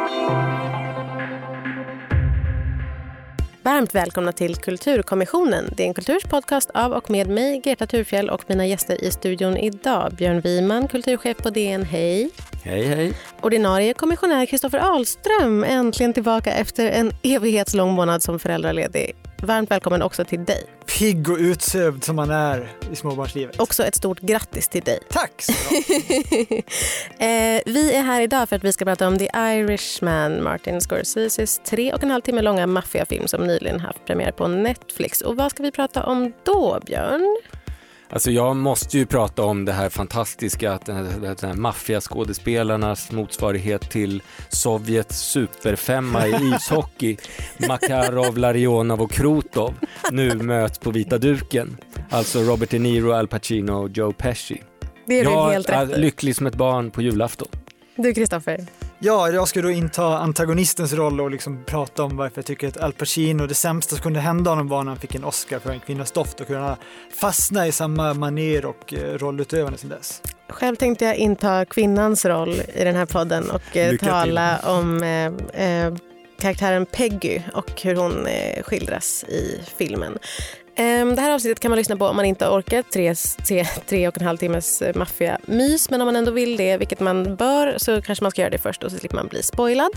Varmt välkomna till Kulturkommissionen. Det är en kulturspodcast av och med mig, Greta Thurfjell, och mina gäster i studion idag. Björn Wiman, kulturchef på DN, hej. Hej, hej. Ordinarie kommissionär Kristoffer Ahlström, äntligen tillbaka efter en evighetslång månad som föräldraledig. Varmt välkommen också till dig. Pigg och utsövd som man är i småbarnslivet. Också ett stort grattis till dig. Tack så Vi är här idag för att vi ska prata om The Irishman, Martin Scorseses 3,5 timme långa maffiafilm som nyligen haft premiär på Netflix. Och vad ska vi prata om då, Björn? Alltså jag måste ju prata om det här fantastiska att den här maffiaskådespelarnas motsvarighet till Sovjets superfemma i ishockey, Makarov, Larionov och Krutov, nu möts på vita duken. Alltså Robert De Niro, Al Pacino och Joe Pesci. Det är du helt rätt. Jag är lycklig som ett barn på julafton. Du, Kristoffer? Ja, jag ska då inta antagonistens roll och liksom prata om varför jag tycker att Al Pacino, det sämsta som kunde hända honom var när han fick en Oscar för En kvinnas doft och kunna fastna i samma manér och rollutövande som dess. Själv tänkte jag inta kvinnans roll i den här podden och tala om karaktären Peggy och hur hon skildras i filmen. Det här avsnittet kan man lyssna på om man inte orkar 3,5 timmes maffia-mys, men om man ändå vill det, vilket man bör, så kanske man ska göra det först och så slipper man bli spoilad.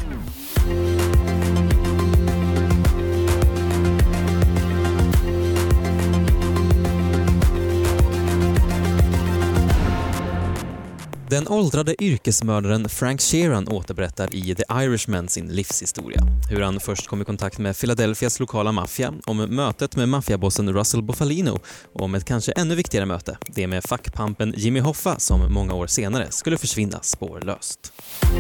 Den åldrade yrkesmördaren Frank Sheeran återberättar i The Irishman sin livshistoria. Hur han först kom i kontakt med Philadelphias lokala maffia, om mötet med maffiabossen Russell Bufalino och om ett kanske ännu viktigare möte, det med fackpampen Jimmy Hoffa som många år senare skulle försvinna spårlöst.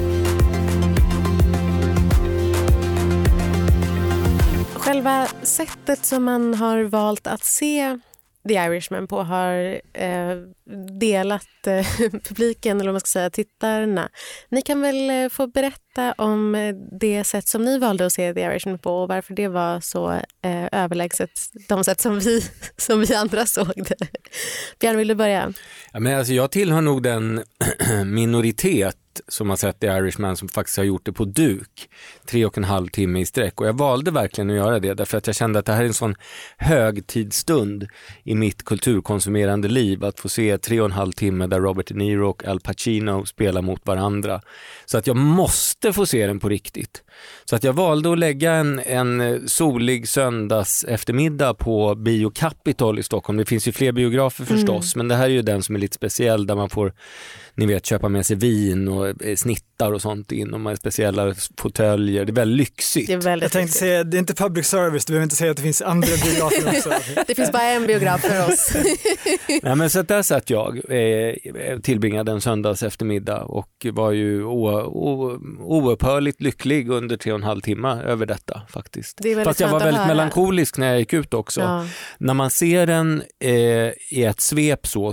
Själva sättet som man har valt att se The Irishman på har delat publiken, eller vad man ska säga, tittarna. Ni kan väl få berätta om det sätt som ni valde att se The Irishman på och varför det var så överlägset de sätt som vi andra såg det. Björn, vill du börja? Ja, men alltså jag tillhör nog den minoritet som har sett The Irishman som faktiskt har gjort det på duk 3,5 timme i sträck, och jag valde verkligen att göra det därför att jag kände att det här är en sån högtidsstund i mitt kulturkonsumerande liv att få se 3,5 timme där Robert De Niro och Al Pacino spelar mot varandra, så att jag måste få se den på riktigt. Så att jag valde att lägga en solig söndags eftermiddag på Bio Capitol i Stockholm. Det finns ju fler biografer förstås, men det här är ju den som är lite speciell där man får, ni vet, köpa med sig vin och snittar och sånt in och med speciella fåtöljer. Det är väldigt lyxigt. Det är väldigt jag tänkte säga, det är inte public service, du behöver inte säga att det finns andra biografer också. Det finns bara en biograf för oss. Nej, men så där satt jag tillbringade en söndags eftermiddag och var ju oupphörligt lycklig under 3,5 timmar över detta faktiskt. Fast jag var väldigt melankolisk när jag gick ut också. Ja. När man ser den i ett svep så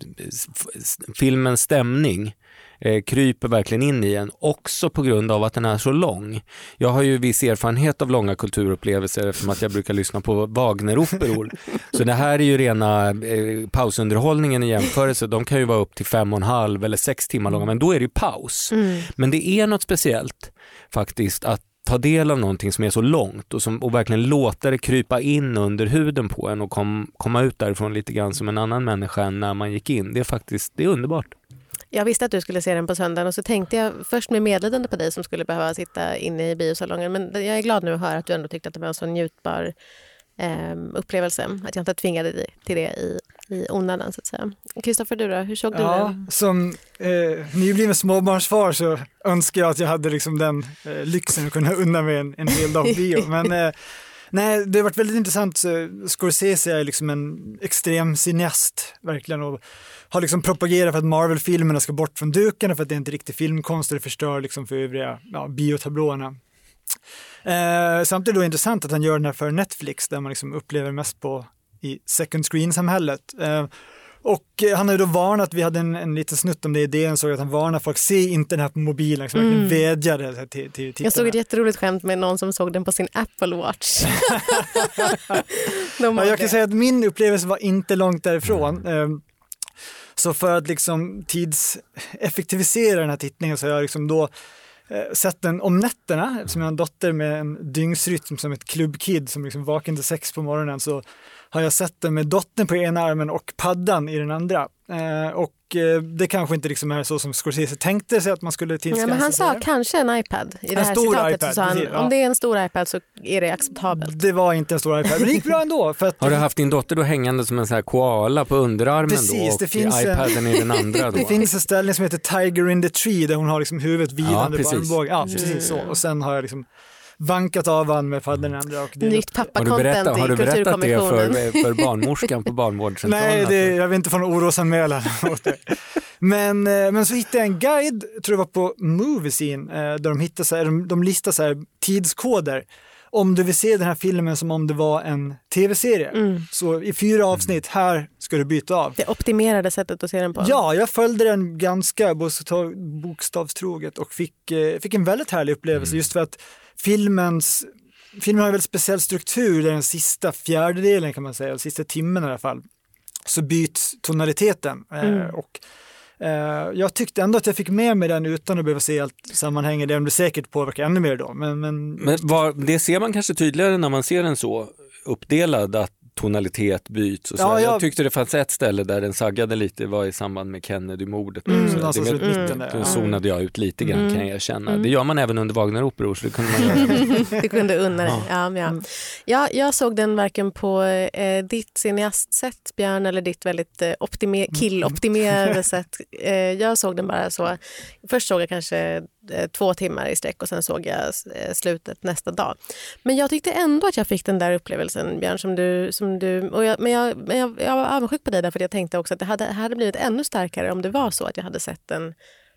filmens stämning kryper verkligen in i en, också på grund av att den är så lång. Jag har ju viss erfarenhet av långa kulturupplevelser eftersom att jag brukar lyssna på Wagner-operor. Så det här är ju rena pausunderhållningen i jämförelse. De kan ju vara upp till 5,5 eller 6 timmar långa, men då är det ju paus. Men det är något speciellt faktiskt att ta del av någonting som är så långt och verkligen låta det krypa in under huden på en och komma ut därifrån lite grann som en annan människa än när man gick in. Det är underbart. Jag visste att du skulle se den på söndagen och så tänkte jag först med medledande på dig som skulle behöva sitta inne i biosalongen. Men jag är glad nu att höra att du ändå tyckte att det var en så njutbar upplevelse. Att jag inte tvingade dig till det i onödan, så att säga. Kristoffer, du då? Hur såg du den? Som nybliven småbarnsfar så önskar jag att jag hade liksom den lyxen att kunna unna mig en hel dag bio. Men nej, det har varit väldigt intressant. Scorsese är liksom en extrem cineast verkligen, och har liksom propagerat för att Marvel-filmerna ska bort från duken för att det är inte riktigt filmkonst och det förstör liksom för övriga biotablåerna. Samtidigt är det intressant att han gör den här för Netflix där man liksom upplever mest på i second screen-samhället. Och han har ju då varnat, vi hade en liten snutt om det i idén, så att han varnar folk, se inte den här på mobilen, liksom, verkligen vädjade till tittarna. Jag såg ett jätteroligt skämt med någon som såg den på sin Apple Watch. Jag kan säga att min upplevelse var inte långt därifrån. Så för att liksom tidseffektivisera den här tittningen så har jag liksom då sett den om nätterna, eftersom jag har en dotter med en dygnsrytm som ett klubbkid som liksom vaknar till 6 på morgonen, så har jag sett den med dottern på ena armen och paddan i den andra. Och det kanske inte liksom är så som Scorsese tänkte sig att man skulle tillskansa. Men han sa kanske en iPad i det här citatet. iPad, så han, om det är en stor iPad så är det acceptabelt. Det var inte en stor iPad, men det gick bra ändå. För att har du haft din dotter då hängande som en sån här koala på underarmen? Precis, då och det finns iPaden i den andra då? Det finns en ställning som heter Tiger in the Tree där hon har liksom huvudet vilande på armbågen. Ja, precis så. Och sen har jag liksom vankat av han med padden andra. Och nytt pappa-content har du berättat det för barnmorskan på barnvårdscentralen? Nej, jag vill inte få någon orosanmälan åt det. Men så hittade jag en guide, tror jag var på Moviescene, där de listar så här tidskoder. Om du vill se den här filmen som om det var en tv-serie. Så i 4 avsnitt, här ska du byta av. Det optimerade sättet att se den på. Ja, jag följde den ganska bokstavstroget och fick en väldigt härlig upplevelse. Just för att filmen har en väldigt speciell struktur där den sista fjärdedelen kan man säga, den sista timmen i alla fall, så byts tonaliteten. Och jag tyckte ändå att jag fick med mig den utan att behöva se allt sammanhänger. Det blir säkert påverka ännu mer då. Men det ser man kanske tydligare när man ser den så uppdelad, att tonalitet byts. Och så. Ja, jag tyckte det fanns ett ställe där den saggade lite, var i samband med Kennedy-mordet. Då zonade jag ut lite grann, kan jag känna. Det gör man även under Wagner-operor, så det kunde man göra. Du kunde unna dig. Ja, jag såg den varken på ditt cineastsätt, Björn, eller ditt väldigt killoptimerade sätt. Jag såg den bara så. Först såg jag kanske 2 timmar i sträck och sen såg jag slutet nästa dag. Men jag tyckte ändå att jag fick den där upplevelsen, Björn, men jag var avundsjuk på dig därför att jag tänkte också att det hade blivit ännu starkare om det var så att jag hade sett den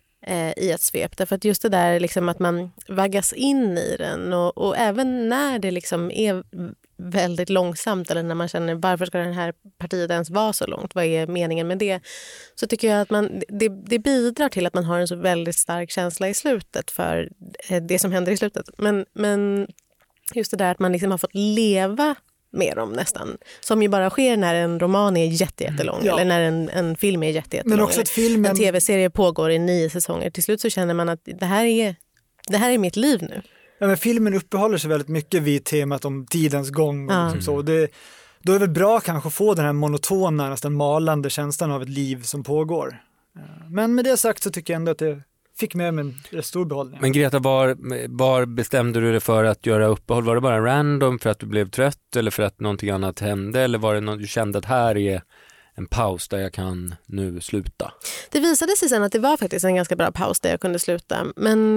i ett svep. Därför att just det där liksom att man vaggas in i den och även när det liksom är väldigt långsamt eller när man känner varför ska den här partiet ens vara så långt, vad är meningen med det, så tycker jag att det bidrar till att man har en så väldigt stark känsla i slutet för det som händer i slutet. Men just det där att man liksom har fått leva med dem nästan, som ju bara sker när en roman är jättelång eller när en film är jättelång. Men också att en tv-serie pågår i 9 säsonger. Till slut så känner man att det här är mitt liv nu. Ja, men filmen uppehåller sig väldigt mycket vid temat om tidens gång och liksom så. Då är det väl bra kanske att få den här monotona, nästan malande känslan av ett liv som pågår. Men med det sagt så tycker jag ändå att det fick med mig en stor behållning. Men Greta, var bestämde du dig för att göra uppehåll? Var det bara random för att du blev trött eller för att någonting annat hände? Eller var det något du kände att här är en paus där jag kan nu sluta? Det visade sig sen att det var faktiskt en ganska bra paus där jag kunde sluta. Men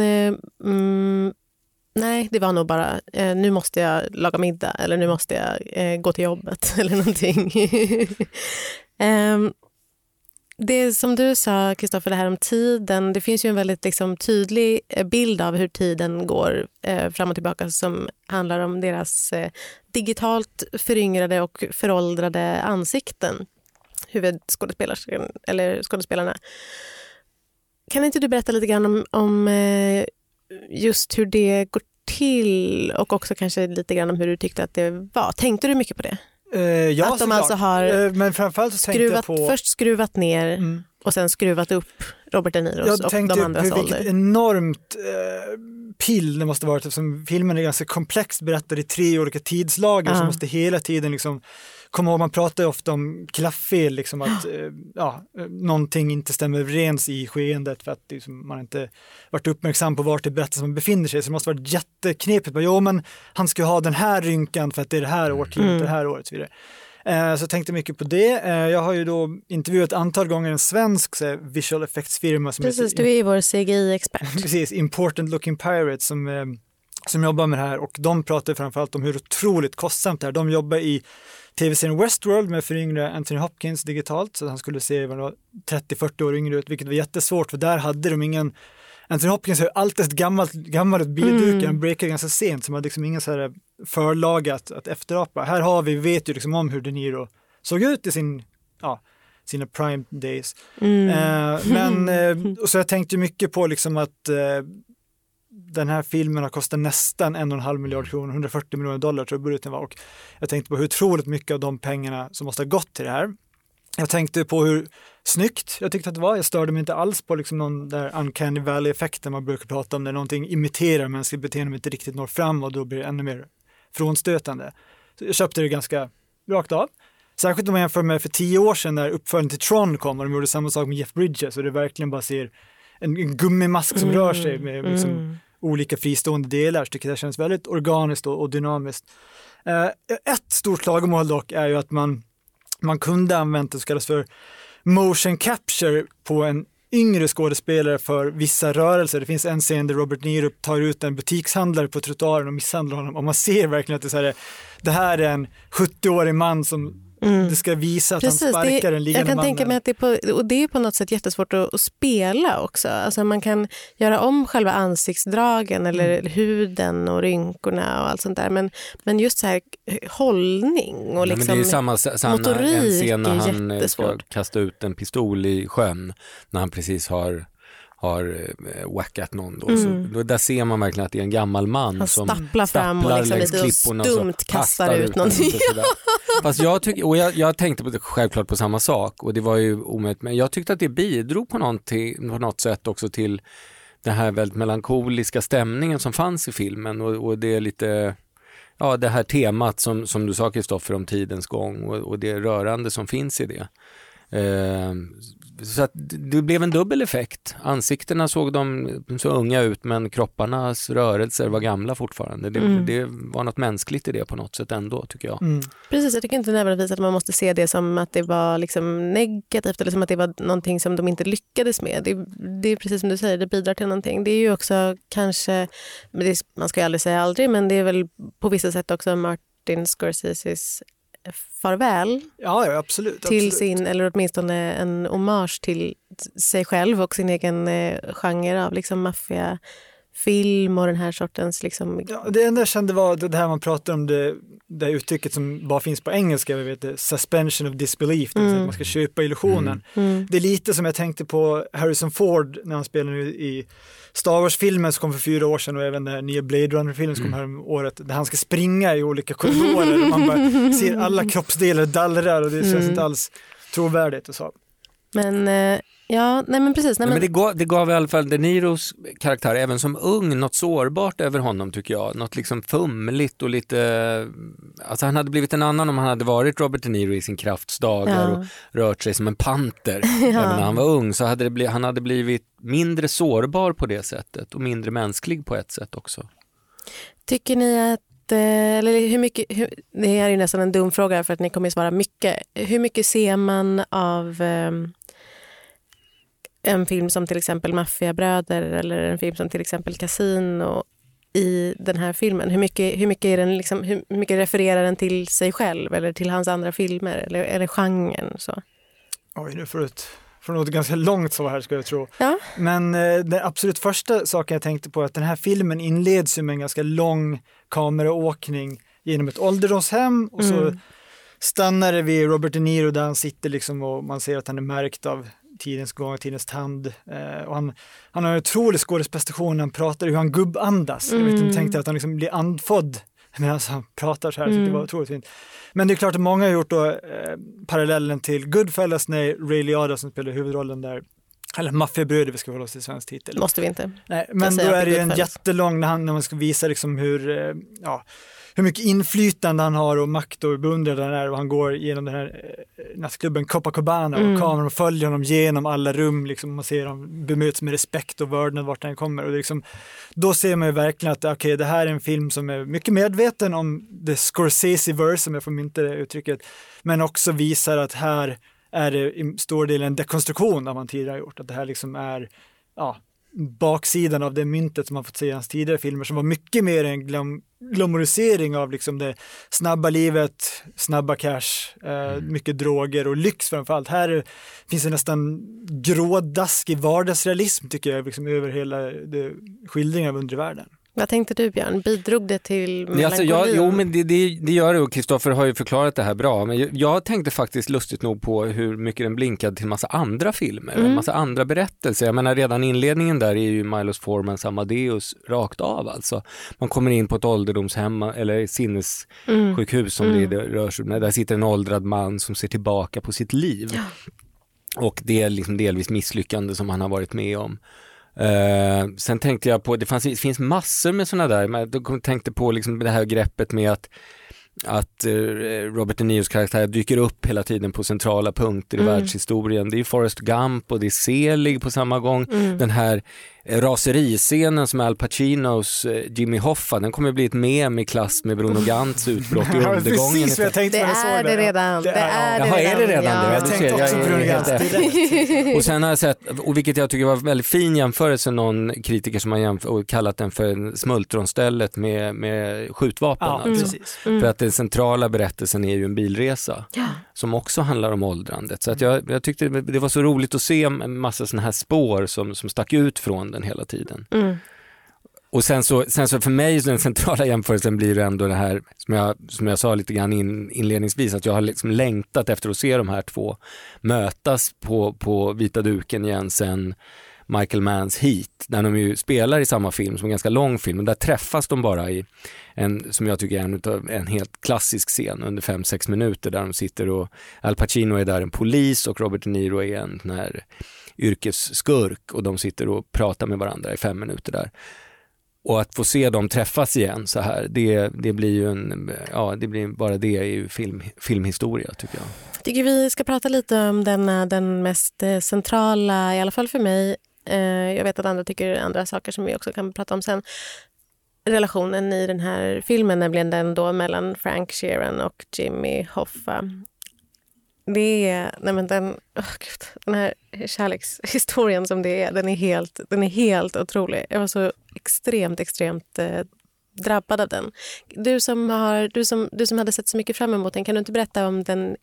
nej, det var nog bara nu måste jag laga middag eller nu måste jag gå till jobbet eller någonting. Det som du sa, Kristoffer, det här om tiden, det finns ju en väldigt liksom, tydlig bild av hur tiden går fram och tillbaka som handlar om deras digitalt föryngrade och föråldrade ansikten, skådespelarna. Kan inte du berätta lite grann om just hur det går till och också kanske lite grann om hur du tyckte att det var? Tänkte du mycket på det? Ja, att de alltså har men framförallt så först skruvat ner och sen skruvat upp Robert De Niros och de andras ålder. Vilket enormt pill det måste vara, eftersom filmen är ganska komplext berättad i 3 olika tidslager som måste hela tiden liksom komma ihåg. Man pratar ju ofta om klaffel, liksom att någonting inte stämmer överens i skeendet för att liksom, man inte varit uppmärksam på vart det berättas man befinner sig, så det måste vara jätteknepigt. Men han ska ha den här rynkan för att det är det här årtiondet, det här året och så vidare. Så jag tänkte mycket på det. Jag har ju då intervjuat ett antal gånger en svensk visual effects-firma. Precis, du är ju vår CGI-expert. Precis, Important Looking Pirates som jobbar med det här, och de pratar framförallt om hur otroligt kostsamt det är. De jobbar i tv-serien Westworld med föryngre Anthony Hopkins digitalt, så han skulle se 30-40 år yngre ut, vilket var jättesvårt för där hade de ingen. Anthony Hopkins har alltid ett gammalt bilduk, han breakade ganska sent, så man hade liksom ingen så här förlaga att efterapa. Här har vi vet ju liksom om hur De Niro såg ut i sina prime days. Men så jag tänkte mycket på liksom att den här filmen har kostat nästan 1,5 miljard kronor, 140 miljoner dollar tror jag budgeten var, och jag tänkte på hur otroligt mycket av de pengarna som måste ha gått till det här. Jag tänkte på hur snyggt jag tyckte att det var. Jag störde mig inte alls på liksom någon där uncanny valley-effekten man brukar prata om, när någonting imiterar mänskligt beteende men inte riktigt når fram, och då blir det ännu mer frånstötande. Så jag köpte det ganska rakt av. Särskilt om man jämför med för 10 år sedan när uppföljningen till Tron kom och de gjorde samma sak med Jeff Bridges, och det verkligen bara ser en gummimask som rör sig med liksom olika fristående delar. Så tycker jag det känns väldigt organiskt och dynamiskt. Ett stort klagomål dock är ju att man kunde använda det som kallas för motion capture på en yngre skådespelare för vissa rörelser. Det finns en scen där Robert De Niro tar ut en butikshandlare på trottoaren och misshandlar honom, och man ser verkligen att det här är en 70-årig man som det ska visa att han sparkar en liggande mannen. Jag kan tänka mig att och det är på något sätt jättesvårt att spela också. Alltså man kan göra om själva ansiktsdragen eller huden och rynkorna och allt sånt där. Men just så här hållning och liksom men det är samma motorik en scen när han jättesvårt. ska kasta ut en pistol i sjön när han precis har wackat någon då. Så där ser man verkligen att det är en gammal man han som stapplar fram och liksom lite stumt kastar ut någonting. Fast jag tänkte på det självklart på samma sak, och det var ju omöjligt, men jag tyckte att det bidrog på något sätt också till den här väldigt melankoliska stämningen som fanns i filmen, och det är lite det här temat som du sa, Kristoffer, om tidens gång och det rörande som finns i det. Så att det blev en dubbel effekt. Ansiktena såg de så unga ut, men kropparnas rörelser var gamla fortfarande. Det var något mänskligt i det på något sätt ändå, tycker jag. Precis, jag tycker inte nödvändigtvis att man måste se det som att det var liksom negativt eller som att det var någonting som de inte lyckades med. Det är precis som du säger, det bidrar till någonting. Det är ju också kanske, man ska ju aldrig säga aldrig, men det är väl på vissa sätt också Martin Scorseses farväl. Ja, absolut. Till sin, eller åtminstone en hommage till sig själv och sin egen genre av liksom maffiafilm och den här sortens liksom... Ja, det enda jag kände var det här man pratar om, det uttrycket som bara finns på engelska, vi vet, suspension of disbelief, det vill säga att man ska köpa illusionen. Det är lite som jag tänkte på Harrison Ford när han spelade i Star Wars-filmen som kom för 4 år sedan, och även den här nya Blade Runner-filmen som kom här om året, där han ska springa i olika korridorer och man bara ser alla kroppsdelar dallrar, och det känns inte alls trovärdigt och så. Men men precis. Men det gav i alla fall De Niros karaktär, även som ung, något sårbart över honom, tycker jag. Något liksom fumligt och lite... Alltså han hade blivit en annan om han hade varit Robert De Niro i sin kraftsdagar och rört sig som en panter. Även när han var ung så hade han hade blivit mindre sårbar på det sättet och mindre mänsklig på ett sätt också. Tycker ni att eller hur mycket, det är ju nästan en dum fråga för att ni kommer att svara mycket. Hur mycket ser man av en film som till exempel Maffiabröder eller en film som till exempel Casino i den här filmen? Hur mycket är den liksom, hur mycket refererar den till sig själv eller till hans andra filmer eller är det genren så? Oj, nu får något ganska långt så här, ska jag tro. Ja. Men den absolut första saken jag tänkte på är att den här filmen inleds med en ganska lång kameraåkning genom ett ålderdomshem och så stannar det vid Robert De Niro där han sitter liksom, och man ser att han är märkt av tidens gång, tidens tand. Och han har en otrolig skådesprestation när han pratar, hur han gubbandas. Jag vet inte, tänkte att han liksom blir andfådd medan han pratar så här, så det var otroligt fint. Men det är klart att många har gjort då parallellen till Goodfellas när Ray Liotta som spelar huvudrollen där, eller Maffiabröder, vi ska hålla oss till svensk titel. Måste vi inte. Nej, men då är det ju en jättelång när man ska visa liksom hur mycket inflytande han har och makt och beundran han är, och han går genom den här nattklubben Copacabana och kameran följer honom genom alla rum, liksom, man ser honom bemöts med respekt och vördnad vart han kommer, och det liksom, då ser man ju verkligen att det här är en film som är mycket medveten om the Scorsese-verse, som jag får mynta det uttrycket, men också visar att här är det i stor del en dekonstruktion av vad han tidigare har gjort, att det här liksom är baksidan av det myntet som man fått se i hans tidigare filmer, som var mycket mer en glamorisering av liksom det snabba livet, snabba cash, mycket droger och lyx framförallt. Här finns det nästan grådaskig vardagsrealism, tycker jag, liksom över hela skildringen av undre världen. Vad tänkte du, Björn? Bidrog det till melankolin? Jo, men det gör det, och Kristoffer har ju förklarat det här bra. Men jag tänkte faktiskt lustigt nog på hur mycket den blinkade till en massa andra filmer, en massa andra berättelser. Jag menar, redan inledningen där är ju Milos Formans Amadeus rakt av alltså. Man kommer in på ett ålderdomshem eller sinnessjukhus som det rör sig med. Där sitter en åldrad man som ser tillbaka på sitt liv. Ja. Och det är liksom delvis misslyckande som han har varit med om. Sen tänkte jag på, det finns massor med sådana där, men jag tänkte på liksom det här greppet med att Robert De Niros karaktär dyker upp hela tiden på centrala punkter i världshistorien. Det är Forrest Gump och det är Selig på samma gång. Den här raseriscenen som Al Pacinos Jimmy Hoffa, den kommer bli ett mem i klass med Bruno Gantz utbrott i undergången. Precis vad jag tänkte när jag såg det. Det är det redan. Ja. Jag tänkte också Bruno Gantz direkt. Och sen har jag sett, och vilket jag tycker var väldigt fin jämförelse, någon kritiker som har kallat den för smultronstället med skjutvapen. Ja, alltså. För att den centrala berättelsen är ju en bilresa som också handlar om åldrandet. Så att jag tyckte det var så roligt att se en massa såna här spår som stack ut från den hela tiden. Och sen så för mig den centrala jämförelsen blir ändå det här som jag sa lite grann inledningsvis, att jag har liksom längtat efter att se de här två mötas på vita duken igen sen Michael Manns Heat, där de ju spelar i samma film som en ganska lång film, och där träffas de bara i som jag tycker är en helt klassisk scen under 5-6 minuter, där de sitter och Al Pacino är där en polis och Robert De Niro är en sån här yrkesskurk, och de sitter och pratar med varandra i 5 minuter där. Och att få se dem träffas igen så här, det blir ju det blir bara det är ju filmhistoria, tycker jag. Jag tycker vi ska prata lite om den mest centrala, i alla fall för mig. Jag vet att andra tycker andra saker som vi också kan prata om sen. Relationen i den här filmen, nämligen den då mellan Frank Sheeran och Jimmy Hoffa. Det är, den här kärlekshistorien som det är, den är helt otrolig. Jag var så extremt drabbad av den. Du som hade sett så mycket fram emot den, kan du inte berätta om den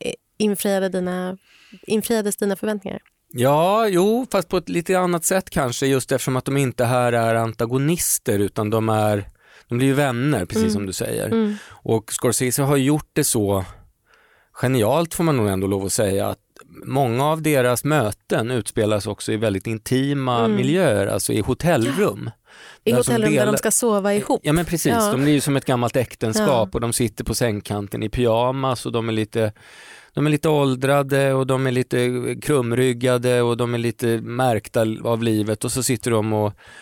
infriades dina förväntningar? Ja, fast på ett lite annat sätt kanske, just eftersom att de inte här är antagonister, utan de blir ju vänner, precis som du säger. Och Scorsese har gjort det så genialt, får man nog ändå lov att säga, att många av deras möten utspelas också i väldigt intima miljöer, alltså i hotellrum. I hotellrum där de ska sova ihop. Ja, men precis. Ja. De blir ju som ett gammalt äktenskap och de sitter på sängkanten i pyjamas och de är lite åldrade och de är lite krumryggade och de är lite märkta av livet, och så sitter de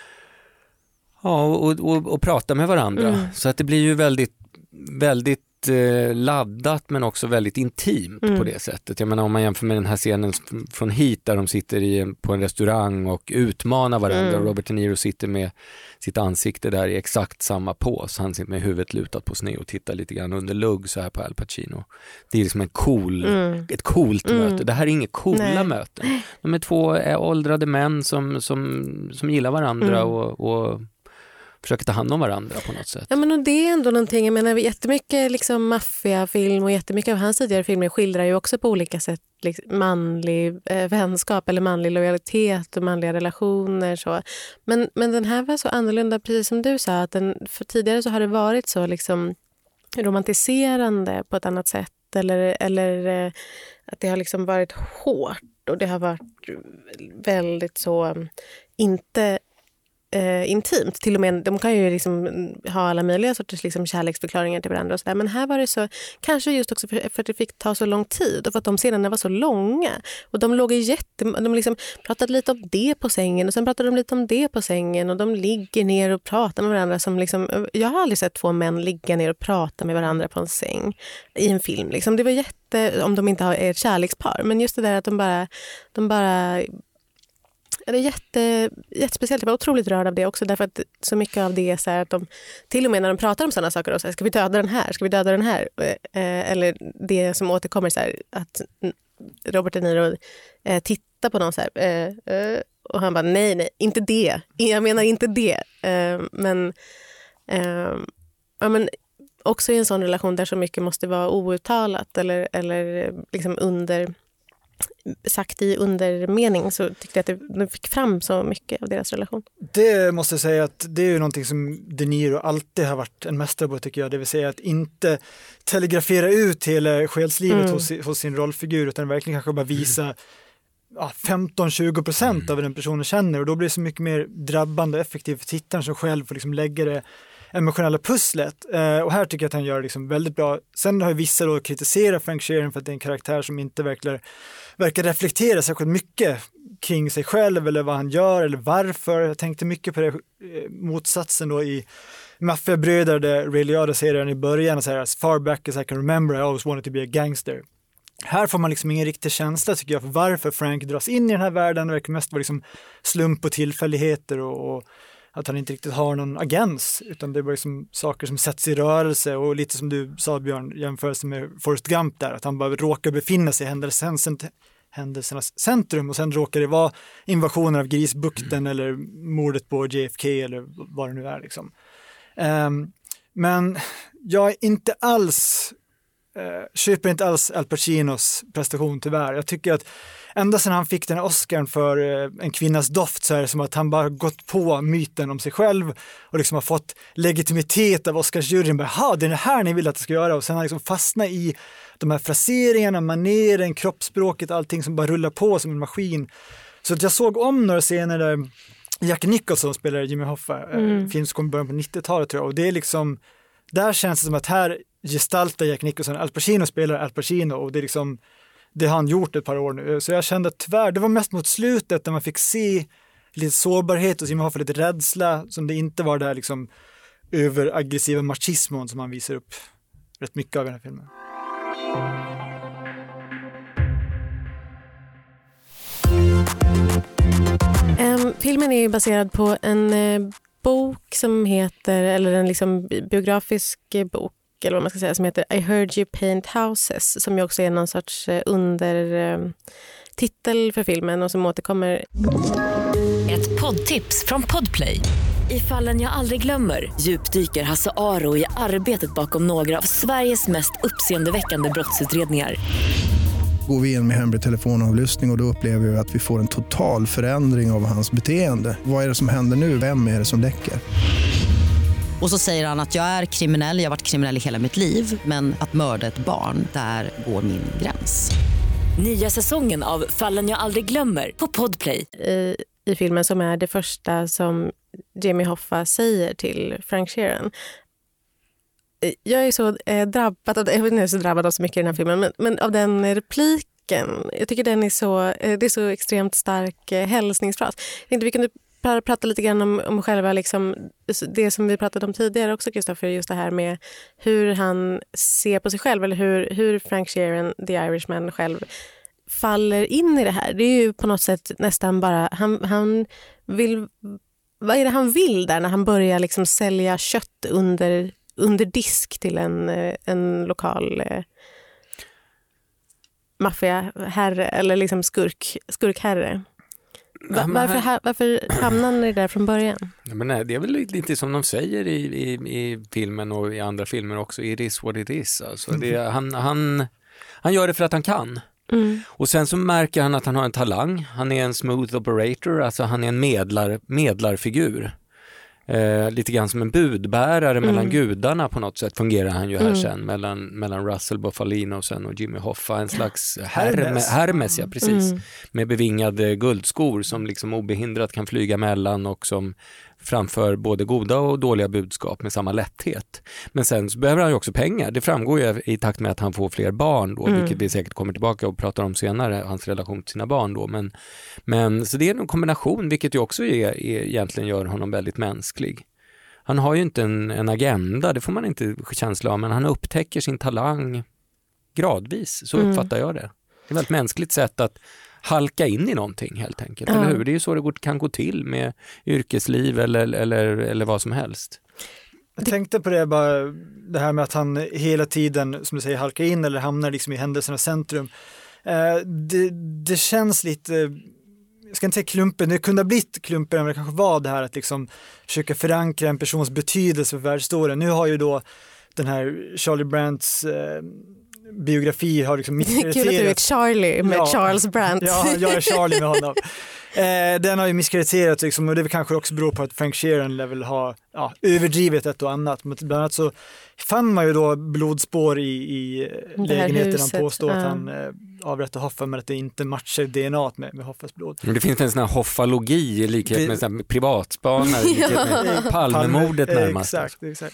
och pratar med varandra. Så att det blir ju väldigt, väldigt laddat, men också väldigt intimt på det sättet. Jag menar, om man jämför med den här scenen från Heat där de sitter på en restaurang och utmanar varandra, och Robert De Niro sitter med sitt ansikte där i exakt samma pås. Han sitter med huvudet lutat på sned och tittar lite grann under lugg så här på Al Pacino. Det är liksom ett coolt möte. Det här är inget coola möten. De är två åldrade män som gillar varandra och försöker ta hand om varandra på något sätt. Ja, men och det är ändå någonting, jag menar, jättemycket liksom maffiafilm och jättemycket av hans tidigare filmer skildrar ju också på olika sätt liksom manlig vänskap eller manlig lojalitet och manliga relationer. Så. Men den här var så annorlunda, precis som du sa, att för tidigare så har det varit så liksom romantiserande på ett annat sätt, eller att det har liksom varit hårt, och det har varit väldigt så inte intimt. Till och med, de kan ju liksom ha alla möjliga sorters liksom kärleksförklaringar till varandra och sådär. Men här var det så, kanske just också för att det fick ta så lång tid och för att de scenerna var så långa. Och de låg de liksom pratade lite om det på sängen och sen pratade de lite om det på sängen, och de ligger ner och pratar med varandra som liksom, jag har aldrig sett 2 män ligga ner och prata med varandra på en säng i en film. Liksom. Det var om de inte är ett kärlekspar, men just det där att de bara det är jättespeciellt. Jag var otroligt rörd av det också, därför att så mycket av det är så här att de, till och med när de pratar om sådana saker, och så här, ska vi döda den här? Eller det som återkommer så här, att Robert De Niro tittar på någon så här, och han bara nej, inte det. Jag menar inte det. Men också i en sån relation där så mycket måste vara outtalat eller liksom sagt i undermening så tyckte jag att de fick fram så mycket av deras relation. Det måste jag säga att det är ju någonting som De Niro alltid har varit en mästare på, tycker jag. Det vill säga att inte telegrafera ut hela själslivet hos sin rollfigur, utan verkligen kanske bara visa 15-20% av vad den personen känner, och då blir det så mycket mer drabbande och effektivt för tittaren som själv får liksom lägga det emotionella pusslet. Och här tycker jag att han gör det liksom väldigt bra. Sen har ju vissa då kritiserat Frank Sheeran för att det är en karaktär som inte verkar reflektera särskilt mycket kring sig själv eller vad han gör eller varför. Jag tänkte mycket på det motsatsen då i Maffiabröder, där Ray Liotta säger redan i början så här, as far back as I can remember I always wanted to be a gangster. Här får man liksom ingen riktig känsla, tycker jag, för varför Frank dras in i den här världen. Det verkar mest vara liksom slump och tillfälligheter och att han inte riktigt har någon agens, utan det är bara liksom saker som sätts i rörelse, och lite som du sa, Björn, jämförelse med Forrest Gump där, att han bara råkar befinna sig i händelsernas centrum, och sen råkar det vara invasioner av Grisbukten eller mordet på JFK eller vad det nu är liksom. Men jag är inte alls köper inte alls Al Pacinos prestation, tyvärr. Jag tycker att ända sedan han fick den här Oscarn för En kvinnas doft, så är det som att han bara gått på myten om sig själv och liksom har fått legitimitet av Oscarsjuryn. Bara, det är det här ni vill att jag ska göra. Och sen har han liksom fastnat i de här fraseringarna, maneren, kroppsspråket, allting som bara rullar på som en maskin. Så att jag såg om några scener där Jack Nicholson spelar Jimmy Hoffa, film som kom i början på 90-talet, tror jag. Och det är liksom, där känns det som att här gestaltar Jack Nicholson, Al Pacino spelar Al Pacino, och det är liksom det har han gjort ett par år nu. Så jag kände att tyvärr, det var mest mot slutet där man fick se lite sårbarhet och Jimmy Hoffa, lite rädsla, som det inte var där liksom överaggressiva machismon som han visar upp rätt mycket av i den här filmen. Filmen är ju baserad på en bok som heter, eller en liksom biografisk bok, eller vad man ska säga, som heter I Heard You Paint Houses, som ju också är någon sorts undertitel för filmen och som återkommer. Ett poddtips från Podplay. I Fallen jag aldrig glömmer djupdyker Hasse Aro i arbetet bakom några av Sveriges mest uppseendeväckande brottsutredningar. Går vi in med hemlig telefonavlyssning och då upplever vi att vi får en total förändring av hans beteende. Vad är det som händer nu? Vem är det som läcker? Och så säger han att jag är kriminell, jag har varit kriminell i hela mitt liv, men att mörda ett barn, där går min gräns. Nya säsongen av Fallen jag aldrig glömmer på Podplay. I filmen, som är det första som Jimmy Hoffa säger till Frank Sheeran. Jag är så drabbad av det. Jag vet inte, jag är så drabbad av så mycket i den här filmen, men av den repliken. Jag tycker det är så extremt stark hälsningsfras. Jag tänkte vi kunde prata lite grann om själva liksom, det som vi pratade om tidigare också, Kristoffer, just det här med hur han ser på sig själv, eller hur Frank Sheeran, The Irishman, själv faller in i det här. Det är ju på något sätt nästan bara han vill, vad är det han vill där när han börjar liksom sälja kött under disk till en lokal maffiaherre eller liksom skurkherre. Varför hamnar ni där från början? Ja, men nej, det är väl lite som de säger i filmen och i andra filmer också. It is what it is. Alltså, han gör det för att han kan. Mm. Och sen så märker han att han har en talang. Han är en smooth operator, alltså han är en medlarfigur. Lite grann som en budbärare mellan gudarna på något sätt fungerar han ju här sen mellan Russell Bufalino sen och Jimmy Hoffa, en slags Hermes, ja, precis, med bevingade guldskor som liksom obehindrat kan flyga mellan och som framför både goda och dåliga budskap med samma lätthet. Men sen så behöver han ju också pengar. Det framgår ju i takt med att han får fler barn då, vilket vi säkert kommer tillbaka och pratar om senare, hans relation till sina barn då. Men så det är en kombination, vilket ju också egentligen gör honom väldigt mänsklig. Han har ju inte en agenda, det får man inte känsla av, men han upptäcker sin talang gradvis, så uppfattar jag det. Det är ett väldigt mänskligt sätt att halka in i någonting helt enkelt, eller hur? Det är ju så det kan gå till med yrkesliv eller vad som helst. Jag tänkte på det, bara det här med att han hela tiden, som du säger, halkar in eller hamnar liksom i händelsernas centrum. Det känns lite, jag ska inte säga klumpen, det kunde ha blivit klumpen om det kanske var det här att liksom försöka förankra en persons betydelse för världshistorien. Nu har ju då den här Charlie Brandts biografi har liksom misskrediterats. Kul att du är Charlie med Charles Brandt. Ja, jag är Charlie med honom. Den har ju misskrediterats liksom, och det kanske också beror på att Frank Sheeran level har överdrivet ett och annat. Men bland annat så fann man ju då blodspår i lägenheten. Han påstår att han avrättade Hoffa, men att det inte matchar DNA med Hoffas blod. Men det finns en sån här Hoffalogi i likhet med sån här privatspanare, i likhet med Palmemordet närmast. Exakt.